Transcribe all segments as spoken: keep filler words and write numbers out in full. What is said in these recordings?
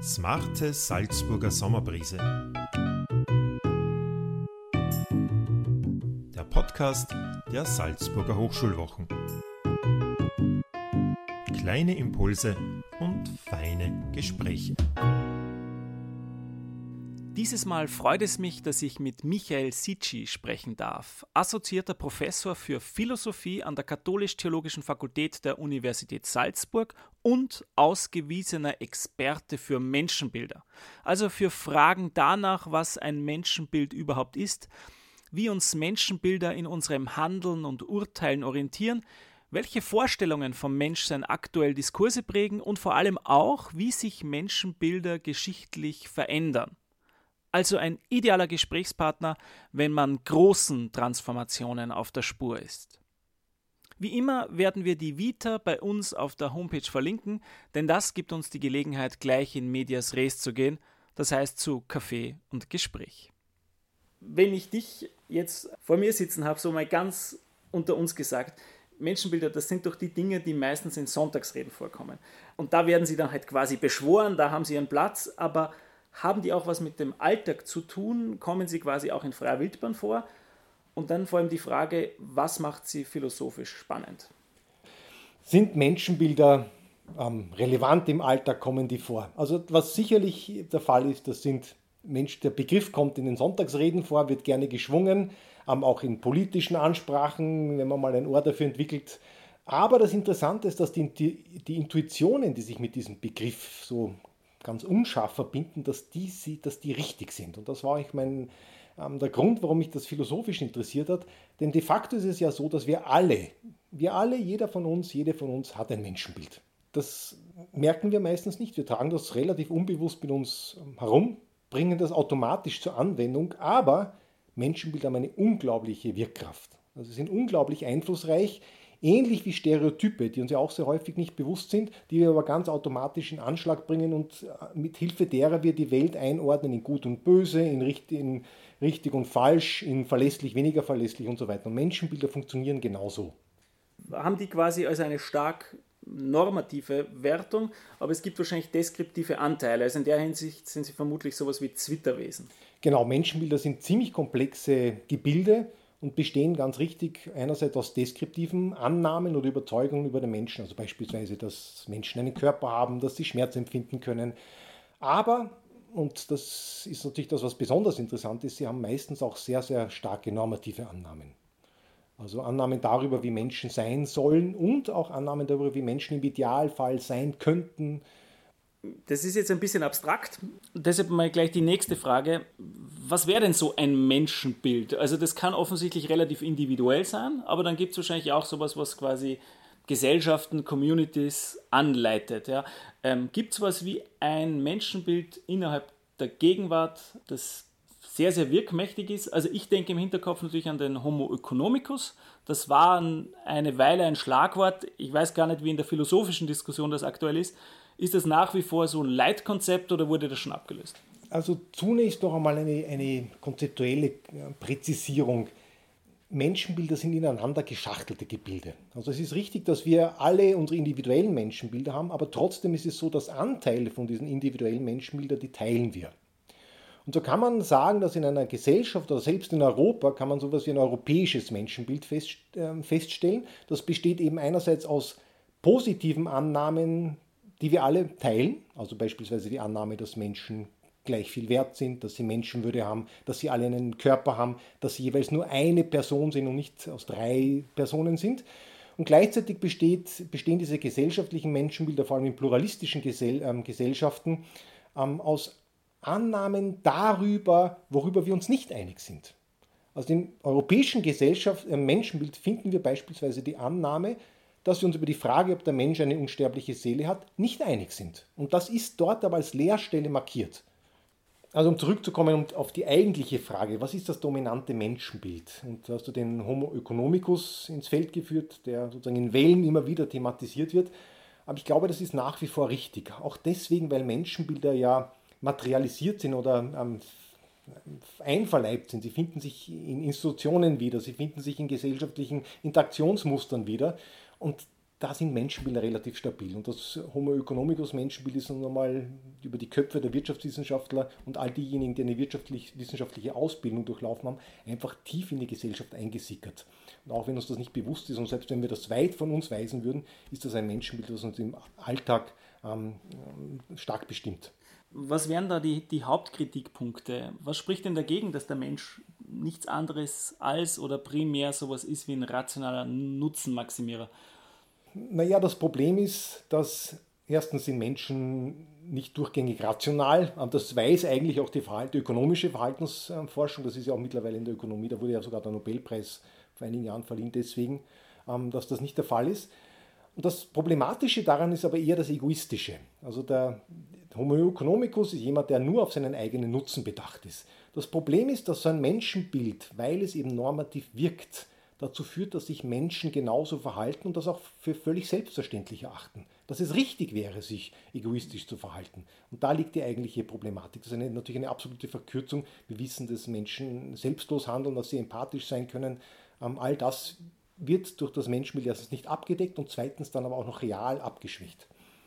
Smarte Salzburger Sommerbrise. Der Podcast der Salzburger Hochschulwochen. Kleine Impulse und feine Gespräche. Dieses Mal freut es mich, dass ich mit Michael Sicci sprechen darf, assoziierter Professor für Philosophie an der Katholisch-Theologischen Fakultät der Universität Salzburg und ausgewiesener Experte für Menschenbilder, also für Fragen danach, was ein Menschenbild überhaupt ist, wie uns Menschenbilder in unserem Handeln und Urteilen orientieren, welche Vorstellungen vom Menschsein aktuell Diskurse prägen und vor allem auch, wie sich Menschenbilder geschichtlich verändern. Also ein idealer Gesprächspartner, wenn man großen Transformationen auf der Spur ist. Wie immer werden wir die Vita bei uns auf der Homepage verlinken, denn das gibt uns die Gelegenheit, gleich in medias res zu gehen, das heißt zu Kaffee und Gespräch. Wenn ich dich jetzt vor mir sitzen habe, so mal ganz unter uns gesagt, Menschenbilder, das sind doch die Dinge, die meistens in Sonntagsreden vorkommen. Und da werden sie dann halt quasi beschworen, da haben sie ihren Platz, aber haben die auch was mit dem Alltag zu tun? Kommen sie quasi auch in freier Wildbahn vor? Und dann vor allem die Frage, was macht sie philosophisch spannend? Sind Menschenbilder ähm, relevant im Alltag, kommen die vor? Also was sicherlich der Fall ist, das sind Mensch, der Begriff kommt in den Sonntagsreden vor, wird gerne geschwungen, ähm, auch in politischen Ansprachen, wenn man mal ein Ohr dafür entwickelt. Aber das Interessante ist, dass die, die, die Intuitionen, die sich mit diesem Begriff so ganz unscharf verbinden, dass die, dass die richtig sind. Und das war eigentlich mein, ähm, der Grund, warum mich das philosophisch interessiert hat. Denn de facto ist es ja so, dass wir alle, wir alle, jeder von uns, jede von uns hat ein Menschenbild. Das merken wir meistens nicht. Wir tragen das relativ unbewusst mit uns herum, bringen das automatisch zur Anwendung, aber Menschenbilder haben eine unglaubliche Wirkkraft. Also sie sind unglaublich einflussreich, ähnlich wie Stereotype, die uns ja auch sehr häufig nicht bewusst sind, die wir aber ganz automatisch in Anschlag bringen und mit Hilfe derer wir die Welt einordnen in Gut und Böse, in richtig, in richtig und falsch, in verlässlich, weniger verlässlich und so weiter. Und Menschenbilder funktionieren genauso. Haben die quasi als eine stark normative Wertung, aber es gibt wahrscheinlich deskriptive Anteile. Also in der Hinsicht sind sie vermutlich sowas wie Zwitterwesen. Genau, Menschenbilder sind ziemlich komplexe Gebilde und bestehen ganz richtig einerseits aus deskriptiven Annahmen oder Überzeugungen über den Menschen, also beispielsweise, dass Menschen einen Körper haben, dass sie Schmerz empfinden können. Aber, und das ist natürlich das, was besonders interessant ist, sie haben meistens auch sehr, sehr starke normative Annahmen. Also Annahmen darüber, wie Menschen sein sollen und auch Annahmen darüber, wie Menschen im Idealfall sein könnten. Das ist jetzt ein bisschen abstrakt. Deshalb mal gleich die nächste Frage. Was wäre denn so ein Menschenbild? Also das kann offensichtlich relativ individuell sein, aber dann gibt es wahrscheinlich auch sowas, was quasi Gesellschaften, Communities anleitet. Ja? Ähm, gibt es was wie ein Menschenbild innerhalb der Gegenwart, das sehr, sehr wirkmächtig ist? Also ich denke im Hinterkopf natürlich an den Homo economicus. Das war eine Weile ein Schlagwort. Ich weiß gar nicht, wie in der philosophischen Diskussion das aktuell ist. Ist das nach wie vor so ein Leitkonzept oder wurde das schon abgelöst? Also zunächst noch einmal eine, eine konzeptuelle Präzisierung. Menschenbilder sind ineinander geschachtelte Gebilde. Also es ist richtig, dass wir alle unsere individuellen Menschenbilder haben, aber trotzdem ist es so, dass Anteile von diesen individuellen Menschenbildern, die teilen wir. Und so kann man sagen, dass in einer Gesellschaft oder selbst in Europa kann man sowas wie ein europäisches Menschenbild fest, äh, feststellen. Das besteht eben einerseits aus positiven Annahmen, die wir alle teilen, also beispielsweise die Annahme, dass Menschen gleich viel wert sind, dass sie Menschenwürde haben, dass sie alle einen Körper haben, dass sie jeweils nur eine Person sind und nicht aus drei Personen sind. Und gleichzeitig besteht, bestehen diese gesellschaftlichen Menschenbilder, vor allem in pluralistischen Gesell, ähm, Gesellschaften, ähm, aus Annahmen darüber, worüber wir uns nicht einig sind. Also im europäischen Gesellschaft, äh, Menschenbild finden wir beispielsweise die Annahme, dass wir uns über die Frage, ob der Mensch eine unsterbliche Seele hat, nicht einig sind. Und das ist dort aber als Leerstelle markiert. Also um zurückzukommen auf die eigentliche Frage, was ist das dominante Menschenbild? Und da hast du den Homo economicus ins Feld geführt, der sozusagen in Wellen immer wieder thematisiert wird. Aber ich glaube, das ist nach wie vor richtig. Auch deswegen, weil Menschenbilder ja materialisiert sind oder ähm, einverleibt sind. Sie finden sich in Institutionen wieder, sie finden sich in gesellschaftlichen Interaktionsmustern wieder. Und da sind Menschenbilder relativ stabil. Und das Homo economicus Menschenbild ist nun einmal über die Köpfe der Wirtschaftswissenschaftler und all diejenigen, die eine wirtschaftlich, wissenschaftliche Ausbildung durchlaufen haben, einfach tief in die Gesellschaft eingesickert. Und auch wenn uns das nicht bewusst ist und selbst wenn wir das weit von uns weisen würden, ist das ein Menschenbild, das uns im Alltag ähm, stark bestimmt. Was wären da die, die Hauptkritikpunkte? Was spricht denn dagegen, dass der Mensch nichts anderes als oder primär sowas ist wie ein rationaler Nutzenmaximierer? Naja, das Problem ist, dass erstens sind Menschen nicht durchgängig rational. Das weiß eigentlich auch die, Verhalt, die ökonomische Verhaltensforschung. Das ist ja auch mittlerweile in der Ökonomie, da wurde ja sogar der Nobelpreis vor einigen Jahren verliehen, deswegen, dass das nicht der Fall ist. Und das Problematische daran ist aber eher das Egoistische. Also der Homo economicus ist jemand, der nur auf seinen eigenen Nutzen bedacht ist. Das Problem ist, dass so ein Menschenbild, weil es eben normativ wirkt, dazu führt, dass sich Menschen genauso verhalten und das auch für völlig selbstverständlich erachten. Dass es richtig wäre, sich egoistisch zu verhalten. Und da liegt die eigentliche Problematik. Das ist eine, natürlich eine absolute Verkürzung. Wir wissen, dass Menschen selbstlos handeln, dass sie empathisch sein können. Ähm, all das wird durch das Menschenbild erstens nicht abgedeckt und zweitens dann aber auch noch real abgeschwächt.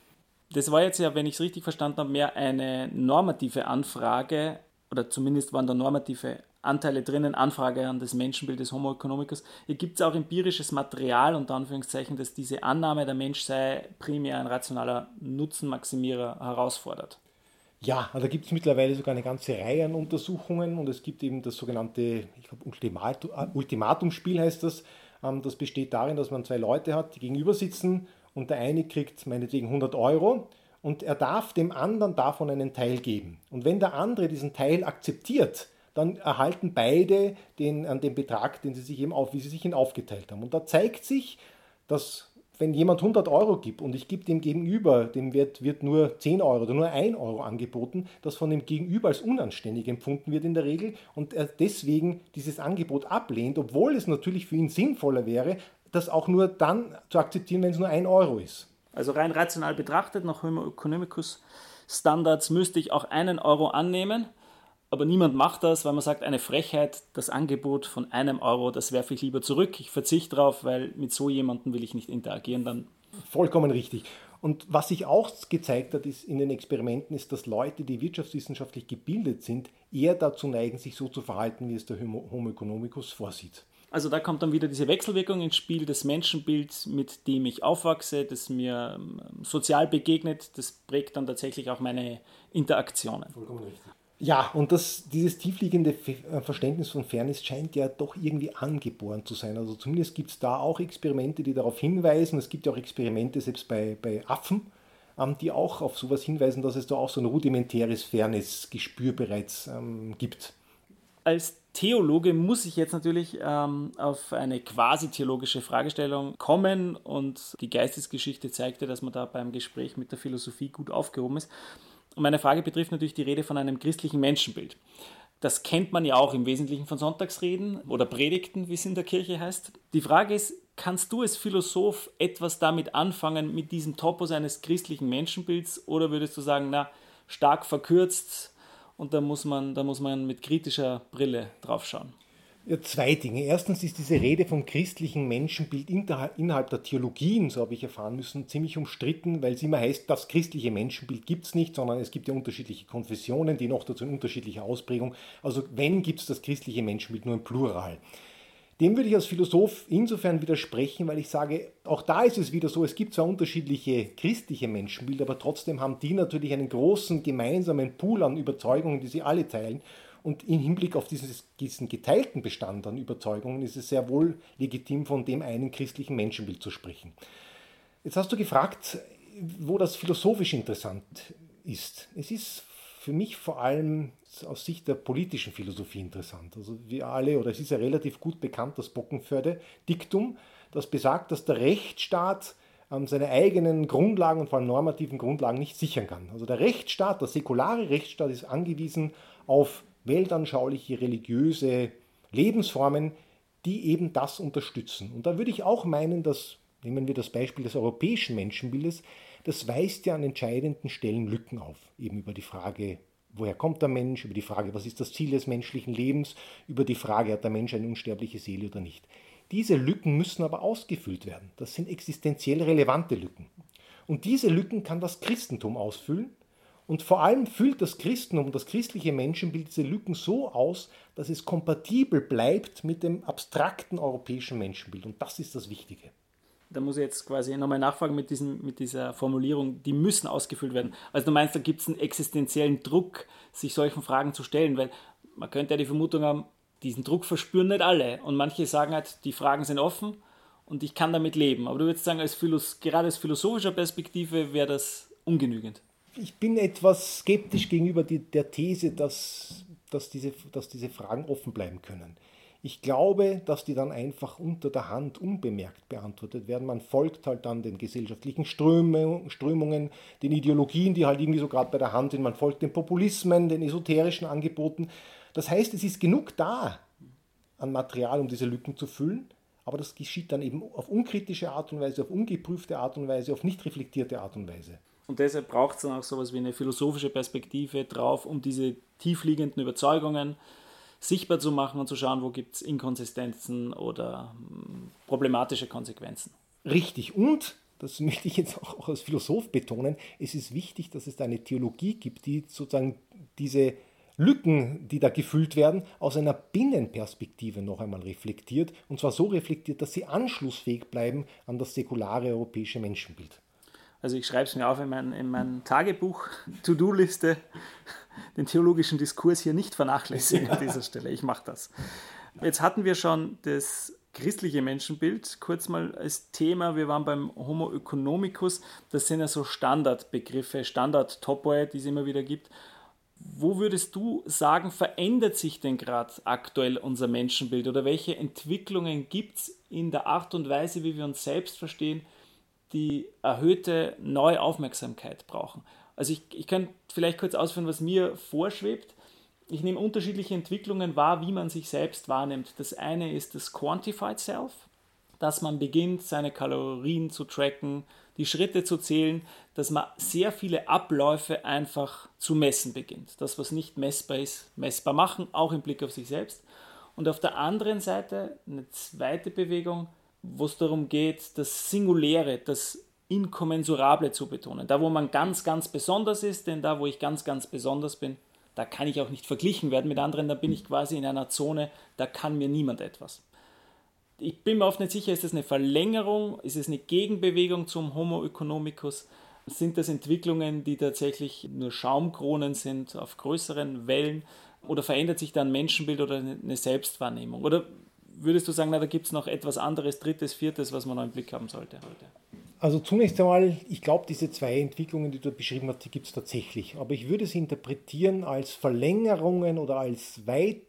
Das war jetzt ja, wenn ich es richtig verstanden habe, mehr eine normative Anfrage, oder zumindest waren da normative Anteile drinnen, Anfrage an das Menschenbild des Homo economicus. Hier gibt es auch empirisches Material, unter Anführungszeichen, dass diese Annahme, der Mensch sei primär ein rationaler Nutzenmaximierer, herausfordert. Ja, also da gibt es mittlerweile sogar eine ganze Reihe an Untersuchungen und es gibt eben das sogenannte, ich glaube, Ultimatum, Ultimatumspiel heißt das. Das besteht darin, dass man zwei Leute hat, die gegenüber sitzen und der eine kriegt meinetwegen hundert Euro und er darf dem anderen davon einen Teil geben. Und wenn der andere diesen Teil akzeptiert, dann erhalten beide den, an den Betrag, den sie sich eben auf, wie sie sich ihn aufgeteilt haben. Und da zeigt sich, dass wenn jemand hundert Euro gibt und ich gebe dem Gegenüber, dem wird, wird nur zehn Euro oder nur ein Euro angeboten, das von dem Gegenüber als unanständig empfunden wird in der Regel und er deswegen dieses Angebot ablehnt, obwohl es natürlich für ihn sinnvoller wäre, das auch nur dann zu akzeptieren, wenn es nur ein Euro ist. Also rein rational betrachtet, nach Homo economicus Standards müsste ich auch einen Euro annehmen, aber niemand macht das, weil man sagt, eine Frechheit, das Angebot von einem Euro, das werfe ich lieber zurück. Ich verzichte drauf, weil mit so jemandem will ich nicht interagieren. Dann vollkommen richtig. Und was sich auch gezeigt hat ist in den Experimenten, ist, dass Leute, die wirtschaftswissenschaftlich gebildet sind, eher dazu neigen, sich so zu verhalten, wie es der Homo economicus vorsieht. Also da kommt dann wieder diese Wechselwirkung ins Spiel, das Menschenbild, mit dem ich aufwachse, das mir sozial begegnet, das prägt dann tatsächlich auch meine Interaktionen. Vollkommen richtig. Ja, und das, dieses tiefliegende Verständnis von Fairness scheint ja doch irgendwie angeboren zu sein. Also zumindest gibt es da auch Experimente, die darauf hinweisen. Es gibt ja auch Experimente selbst bei, bei Affen, ähm, die auch auf sowas hinweisen, dass es da auch so ein rudimentäres Fairness-Gespür bereits ähm, gibt. Als Theologe muss ich jetzt natürlich ähm, auf eine quasi theologische Fragestellung kommen und die Geistesgeschichte zeigte, dass man da beim Gespräch mit der Philosophie gut aufgehoben ist. Und meine Frage betrifft natürlich die Rede von einem christlichen Menschenbild. Das kennt man ja auch im Wesentlichen von Sonntagsreden oder Predigten, wie es in der Kirche heißt. Die Frage ist, kannst du als Philosoph etwas damit anfangen, mit diesem Topos eines christlichen Menschenbilds, oder würdest du sagen, na, stark verkürzt und da muss man, da muss man mit kritischer Brille drauf schauen? Ja, zwei Dinge. Erstens ist diese Rede vom christlichen Menschenbild innerhalb der Theologien, so habe ich erfahren müssen, ziemlich umstritten, weil es immer heißt, das christliche Menschenbild gibt es nicht, sondern es gibt ja unterschiedliche Konfessionen, die noch dazu in unterschiedlicher Ausprägung. Also wenn, gibt es das christliche Menschenbild nur im Plural. Dem würde ich als Philosoph insofern widersprechen, weil ich sage, auch da ist es wieder so, es gibt zwar unterschiedliche christliche Menschenbilder, aber trotzdem haben die natürlich einen großen gemeinsamen Pool an Überzeugungen, die sie alle teilen. Und im Hinblick auf dieses, diesen geteilten Bestand an Überzeugungen ist es sehr wohl legitim, von dem einen christlichen Menschenbild zu sprechen. Jetzt hast du gefragt, wo das philosophisch interessant ist. Es ist für mich vor allem aus Sicht der politischen Philosophie interessant. Also wir alle, oder es ist ja relativ gut bekannt, das Bockenförde-Diktum, das besagt, dass der Rechtsstaat seine eigenen Grundlagen und vor allem normativen Grundlagen nicht sichern kann. Also der Rechtsstaat, der säkulare Rechtsstaat ist angewiesen auf weltanschauliche, religiöse Lebensformen, die eben das unterstützen. Und da würde ich auch meinen, dass, nehmen wir das Beispiel des europäischen Menschenbildes, das weist ja an entscheidenden Stellen Lücken auf. Eben über die Frage, woher kommt der Mensch, über die Frage, was ist das Ziel des menschlichen Lebens, über die Frage, hat der Mensch eine unsterbliche Seele oder nicht. Diese Lücken müssen aber ausgefüllt werden. Das sind existenziell relevante Lücken. Und diese Lücken kann das Christentum ausfüllen. Und vor allem füllt das Christentum, das christliche Menschenbild diese Lücken so aus, dass es kompatibel bleibt mit dem abstrakten europäischen Menschenbild. Und das ist das Wichtige. Da muss ich jetzt quasi nochmal nachfragen mit, diesem, mit dieser Formulierung, die müssen ausgefüllt werden. Also du meinst, da gibt es einen existenziellen Druck, sich solchen Fragen zu stellen, weil man könnte ja die Vermutung haben, diesen Druck verspüren nicht alle. Und manche sagen halt, die Fragen sind offen und ich kann damit leben. Aber du würdest sagen, als Philos- gerade aus philosophischer Perspektive wäre das ungenügend. Ich bin etwas skeptisch gegenüber die, der These, dass, dass, diese, dass diese Fragen offen bleiben können. Ich glaube, dass die dann einfach unter der Hand unbemerkt beantwortet werden. Man folgt halt dann den gesellschaftlichen Strömungen, Strömungen, den Ideologien, die halt irgendwie so gerade bei der Hand sind. Man folgt den Populismen, den esoterischen Angeboten. Das heißt, es ist genug da an Material, um diese Lücken zu füllen. Aber das geschieht dann eben auf unkritische Art und Weise, auf ungeprüfte Art und Weise, auf nicht reflektierte Art und Weise. Und deshalb braucht es dann auch sowas wie eine philosophische Perspektive drauf, um diese tiefliegenden Überzeugungen sichtbar zu machen und zu schauen, wo gibt es Inkonsistenzen oder hm, problematische Konsequenzen. Richtig. Und, das möchte ich jetzt auch, auch als Philosoph betonen, es ist wichtig, dass es da eine Theologie gibt, die sozusagen diese Lücken, die da gefüllt werden, aus einer Binnenperspektive noch einmal reflektiert. Und zwar so reflektiert, dass sie anschlussfähig bleiben an das säkulare europäische Menschenbild. Also ich schreibe es mir auf in mein, in mein Tagebuch, To-Do-Liste, den theologischen Diskurs hier nicht vernachlässigen an dieser Stelle. Ich mache das. Jetzt hatten wir schon das christliche Menschenbild kurz mal als Thema. Wir waren beim Homo economicus. Das sind ja so Standardbegriffe, Standard-Topoi, die es immer wieder gibt. Wo würdest du sagen, verändert sich denn gerade aktuell unser Menschenbild? Oder welche Entwicklungen gibt es in der Art und Weise, wie wir uns selbst verstehen, die erhöhte neue Aufmerksamkeit brauchen? Also ich, ich kann vielleicht kurz ausführen, was mir vorschwebt. Ich nehme unterschiedliche Entwicklungen wahr, wie man sich selbst wahrnimmt. Das eine ist das Quantified Self, dass man beginnt, seine Kalorien zu tracken, die Schritte zu zählen, dass man sehr viele Abläufe einfach zu messen beginnt. Das, was nicht messbar ist, messbar machen, auch im Blick auf sich selbst. Und auf der anderen Seite eine zweite Bewegung, wo es darum geht, das Singuläre, das Inkommensurable zu betonen. Da, wo man ganz, ganz besonders ist, denn da, wo ich ganz, ganz besonders bin, da kann ich auch nicht verglichen werden mit anderen, da bin ich quasi in einer Zone, da kann mir niemand etwas. Ich bin mir oft nicht sicher, ist das eine Verlängerung, ist es eine Gegenbewegung zum Homo economicus? Sind das Entwicklungen, die tatsächlich nur Schaumkronen sind auf größeren Wellen? Oder verändert sich da ein Menschenbild oder eine Selbstwahrnehmung? Oder würdest du sagen, na, da gibt es noch etwas anderes, drittes, viertes, was man noch im Blick haben sollte? Also zunächst einmal, ich glaube, diese zwei Entwicklungen, die du beschrieben hast, die gibt es tatsächlich. Aber ich würde sie interpretieren als Verlängerungen oder als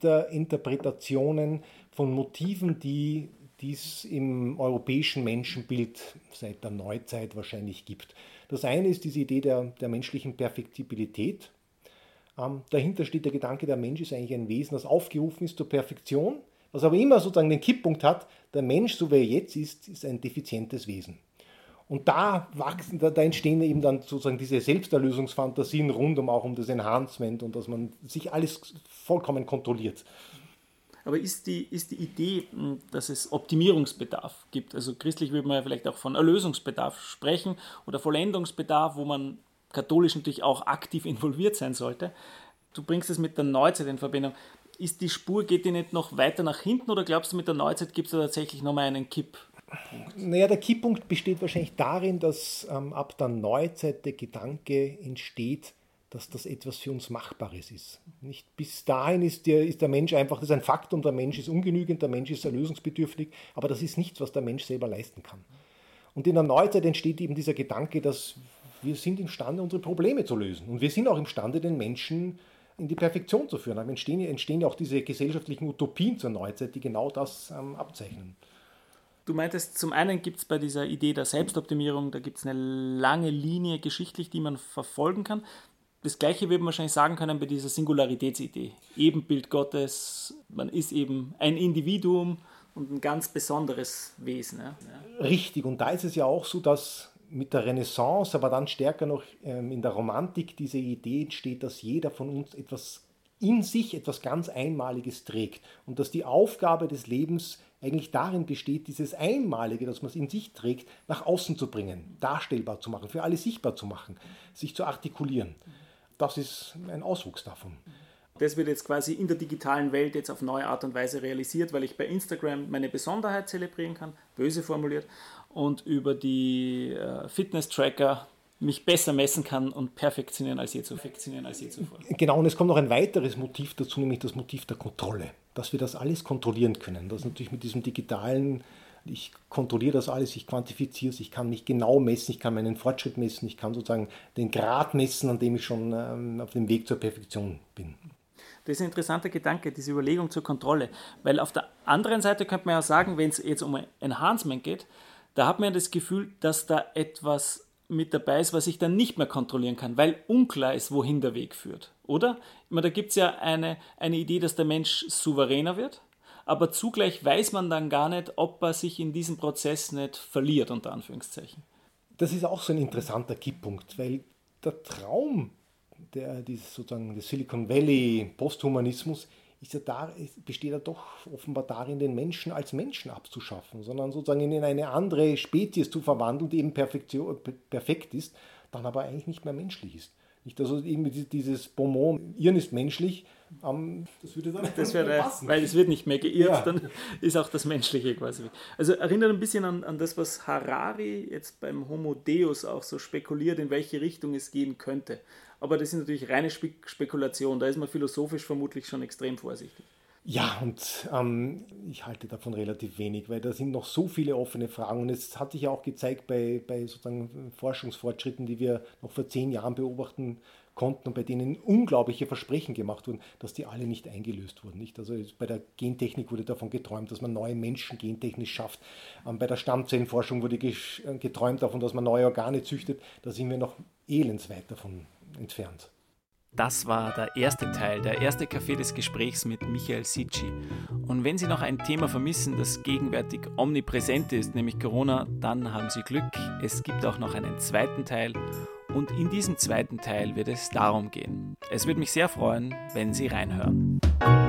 Weiterinterpretationen von Motiven, die es im europäischen Menschenbild seit der Neuzeit wahrscheinlich gibt. Das eine ist diese Idee der, der menschlichen Perfektibilität. Ähm, dahinter steht der Gedanke, der Mensch ist eigentlich ein Wesen, das aufgerufen ist zur Perfektion, was aber immer sozusagen den Kipppunkt hat, der Mensch, so wie er jetzt ist, ist ein defizientes Wesen. Und da wachsen, da, da entstehen eben dann sozusagen diese Selbsterlösungsfantasien rund um auch um das Enhancement und dass man sich alles vollkommen kontrolliert. Aber ist die, ist die Idee, dass es Optimierungsbedarf gibt, also christlich würde man ja vielleicht auch von Erlösungsbedarf sprechen oder Vollendungsbedarf, wo man katholisch natürlich auch aktiv involviert sein sollte. Du bringst es mit der Neuzeit in Verbindung. Ist die Spur, geht die nicht noch weiter nach hinten oder glaubst du, mit der Neuzeit gibt es da tatsächlich nochmal einen Kipp? Naja, der Kipppunkt besteht wahrscheinlich darin, dass ähm, ab der Neuzeit der Gedanke entsteht, dass das etwas für uns Machbares ist. Nicht bis dahin ist der, ist der Mensch einfach, das ist ein Faktum, der Mensch ist ungenügend, der Mensch ist erlösungsbedürftig, aber das ist nichts, was der Mensch selber leisten kann. Und in der Neuzeit entsteht eben dieser Gedanke, dass wir sind imstande, unsere Probleme zu lösen. Und wir sind auch imstande, den Menschen in die Perfektion zu führen. Aber entstehen, entstehen ja auch diese gesellschaftlichen Utopien zur Neuzeit, die genau das ähm, abzeichnen. Du meintest, zum einen gibt es bei dieser Idee der Selbstoptimierung, da gibt es eine lange Linie geschichtlich, die man verfolgen kann. Das Gleiche würde man wahrscheinlich sagen können bei dieser Singularitätsidee. Ebenbild Gottes, man ist eben ein Individuum und ein ganz besonderes Wesen. Ja. Richtig, und da ist es ja auch so, dass mit der Renaissance, aber dann stärker noch ähm, in der Romantik diese Idee entsteht, dass jeder von uns etwas in sich, etwas ganz Einmaliges trägt und dass die Aufgabe des Lebens eigentlich darin besteht, dieses Einmalige, das man in sich trägt, nach außen zu bringen, darstellbar zu machen, für alle sichtbar zu machen, sich zu artikulieren. Das ist ein Auswuchs davon. Das wird jetzt quasi in der digitalen Welt jetzt auf neue Art und Weise realisiert, weil ich bei Instagram meine Besonderheit zelebrieren kann, böse formuliert, und über die äh, Fitness-Tracker mich besser messen kann und perfektionieren als je zuvor. Perfektionieren als je zuvor. Genau, und es kommt noch ein weiteres Motiv dazu, nämlich das Motiv der Kontrolle, dass wir das alles kontrollieren können. Das ist natürlich mit diesem digitalen, ich kontrolliere das alles, ich quantifiziere es, ich kann mich genau messen, ich kann meinen Fortschritt messen, ich kann sozusagen den Grad messen, an dem ich schon ähm, auf dem Weg zur Perfektion bin. Das ist ein interessanter Gedanke, diese Überlegung zur Kontrolle. Weil auf der anderen Seite könnte man ja sagen, wenn es jetzt um Enhancement geht, da hat man ja das Gefühl, dass da etwas mit dabei ist, was ich dann nicht mehr kontrollieren kann, weil unklar ist, wohin der Weg führt, oder? Ich meine, da gibt es ja eine, eine Idee, dass der Mensch souveräner wird, aber zugleich weiß man dann gar nicht, ob er sich in diesem Prozess nicht verliert, unter Anführungszeichen. Das ist auch so ein interessanter Kipppunkt, weil der Traum der, dieses sozusagen des Silicon Valley Posthumanismus ist ja da, besteht ja doch offenbar darin, den Menschen als Menschen abzuschaffen, sondern sozusagen in eine andere Spezies zu verwandeln, die eben Perfektion, perfekt ist, dann aber eigentlich nicht mehr menschlich ist. Nicht, also eben dieses Bonmot, Irren ist menschlich, ähm, das würde dann das nicht mehr passen. Weil es wird nicht mehr geirrt, ja. Dann ist auch das Menschliche quasi weg. Also erinnert ein bisschen an, an das, was Harari jetzt beim Homo Deus auch so spekuliert, in welche Richtung es gehen könnte. Aber das ist natürlich reine Spe- Spekulation, da ist man philosophisch vermutlich schon extrem vorsichtig. Ja, und ähm, ich halte davon relativ wenig, weil da sind noch so viele offene Fragen. Und es hat sich ja auch gezeigt bei, bei sozusagen Forschungsfortschritten, die wir noch vor zehn Jahren beobachten konnten und bei denen unglaubliche Versprechen gemacht wurden, dass die alle nicht eingelöst wurden. Nicht? Also bei der Gentechnik wurde davon geträumt, dass man neue Menschen gentechnisch schafft. Ähm, bei der Stammzellenforschung wurde gesch- geträumt davon, dass man neue Organe züchtet. Da sind wir noch elendsweit davon entfernt. Das war der erste Teil, der erste Café des Gesprächs mit Michael Sicci. Und wenn Sie noch ein Thema vermissen, das gegenwärtig omnipräsent ist, nämlich Corona, dann haben Sie Glück. Es gibt auch noch einen zweiten Teil und in diesem zweiten Teil wird es darum gehen. Es würde mich sehr freuen, wenn Sie reinhören.